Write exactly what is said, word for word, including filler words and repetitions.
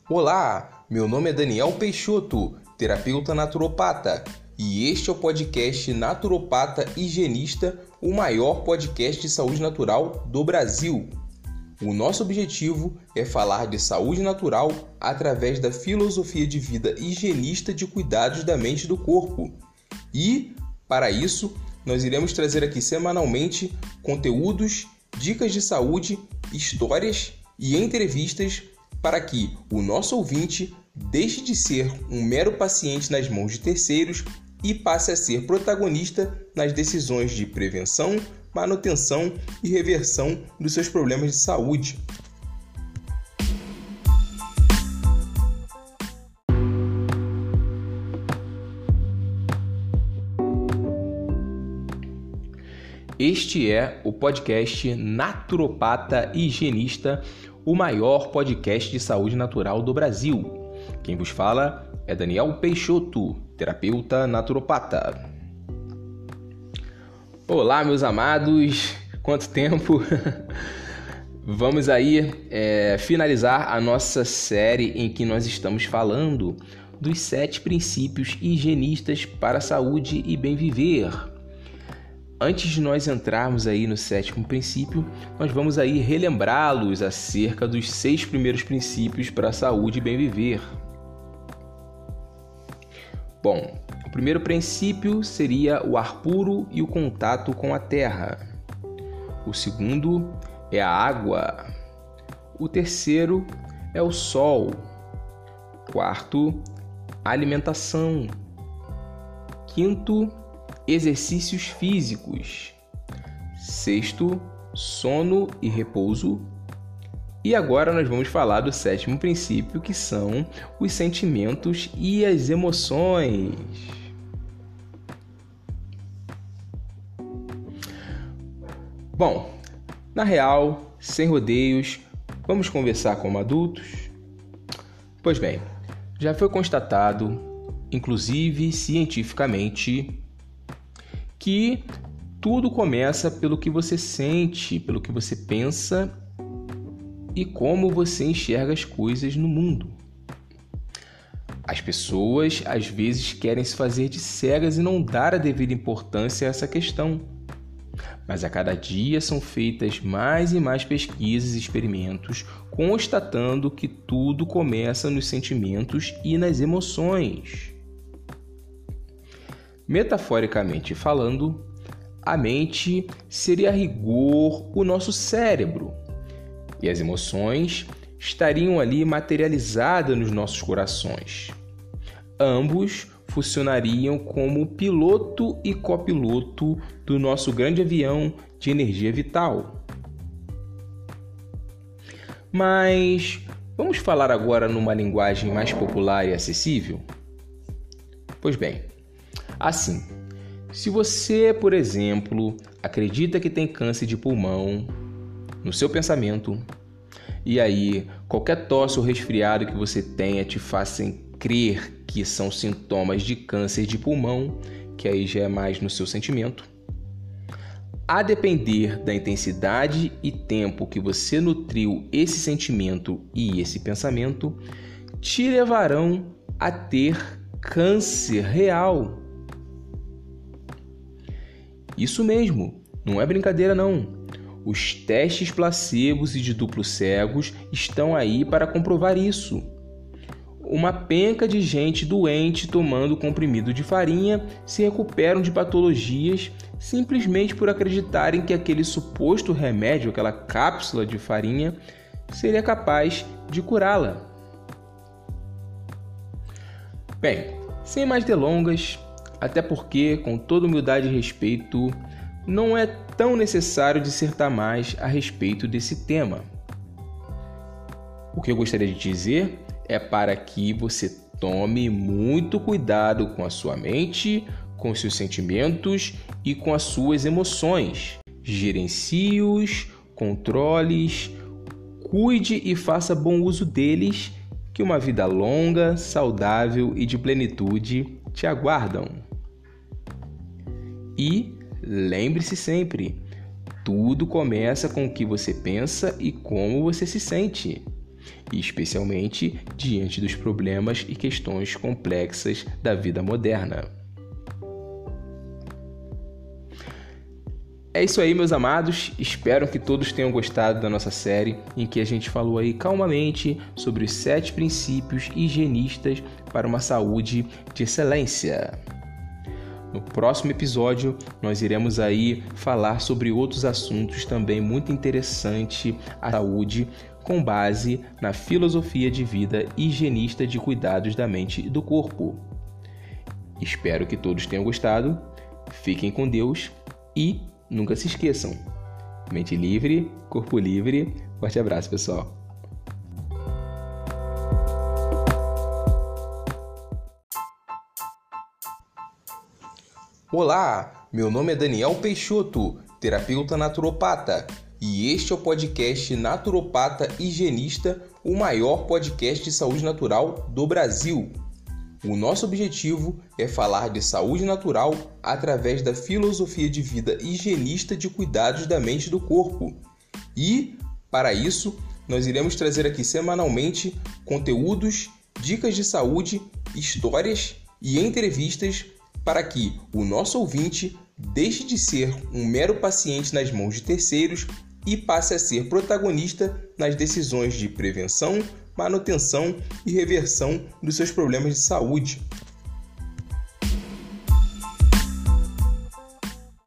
Olá, meu nome é Daniel Peixoto, terapeuta naturopata, e este é o podcast Naturopata Higienista, o maior podcast de saúde natural do Brasil. O nosso objetivo é falar de saúde natural através da filosofia de vida higienista de cuidados da mente e do corpo. E, para isso, nós iremos trazer aqui semanalmente conteúdos, dicas de saúde, histórias e entrevistas para que o nosso ouvinte deixe de ser um mero paciente nas mãos de terceiros e passe a ser protagonista nas decisões de prevenção, manutenção e reversão dos seus problemas de saúde. Este é o podcast Naturopata Higienista, o maior podcast de saúde natural do Brasil. Quem vos fala é Daniel Peixoto, terapeuta naturopata. Olá, meus amados, quanto tempo! Vamos aí é, finalizar a nossa série em que nós estamos falando dos sete princípios higienistas para a saúde e bem viver. Antes de nós entrarmos aí no sétimo princípio, nós vamos aí relembrá-los acerca dos seis primeiros princípios para a saúde e bem viver. Bom, o primeiro princípio seria o ar puro e o contato com a terra. O segundo é a água. O terceiro é o sol. Quarto, alimentação. Quinto, exercícios físicos. Sexto, sono e repouso. E agora nós vamos falar do sétimo princípio, que são os sentimentos e as emoções. Bom, na real, sem rodeios, vamos conversar como adultos? Pois bem, já foi constatado, inclusive cientificamente, que tudo começa pelo que você sente, pelo que você pensa e como você enxerga as coisas no mundo. As pessoas às vezes querem se fazer de cegas e não dar a devida importância a essa questão. Mas a cada dia são feitas mais e mais pesquisas e experimentos constatando que tudo começa nos sentimentos e nas emoções. Metaforicamente falando, a mente seria a rigor o nosso cérebro e as emoções estariam ali materializadas nos nossos corações. Ambos funcionariam como piloto e copiloto do nosso grande avião de energia vital. Mas vamos falar agora numa linguagem mais popular e acessível? Pois bem, assim, se você, por exemplo, acredita que tem câncer de pulmão no seu pensamento, e aí qualquer tosse ou resfriado que você tenha te façam crer que são sintomas de câncer de pulmão, que aí já é mais no seu sentimento, a depender da intensidade e tempo que você nutriu esse sentimento e esse pensamento, te levarão a ter câncer real. Isso mesmo, não é brincadeira não. Os testes placebos e de duplos cegos estão aí para comprovar isso. Uma penca de gente doente tomando comprimido de farinha se recuperam de patologias simplesmente por acreditarem que aquele suposto remédio, aquela cápsula de farinha, seria capaz de curá-la. Bem, sem mais delongas, até porque, com toda humildade e respeito, não é tão necessário dissertar mais a respeito desse tema. O que eu gostaria de dizer é para que você tome muito cuidado com a sua mente, com os seus sentimentos e com as suas emoções. Gerencie-os, controle-os, cuide e faça bom uso deles, que uma vida longa, saudável e de plenitude te aguardam. E lembre-se sempre, tudo começa com o que você pensa e como você se sente. e especialmente diante dos problemas e questões complexas da vida moderna. É isso aí, meus amados. Espero que todos tenham gostado da nossa série, em que a gente falou aí calmamente sobre os sete princípios higienistas para uma saúde de excelência. No próximo episódio, nós iremos aí falar sobre outros assuntos também muito interessantes à saúde, com base na filosofia de vida higienista de cuidados da mente e do corpo. Espero que todos tenham gostado. Fiquem com Deus e nunca se esqueçam. Mente livre, corpo livre. Forte abraço, pessoal. Olá, meu nome é Daniel Peixoto, terapeuta naturopata, e este é o podcast Naturopata Higienista, o maior podcast de saúde natural do Brasil. O nosso objetivo é falar de saúde natural através da filosofia de vida higienista de cuidados da mente e do corpo. E, para isso, nós iremos trazer aqui semanalmente conteúdos, dicas de saúde, histórias e entrevistas para que o nosso ouvinte deixe de ser um mero paciente nas mãos de terceiros e passe a ser protagonista nas decisões de prevenção, manutenção e reversão dos seus problemas de saúde.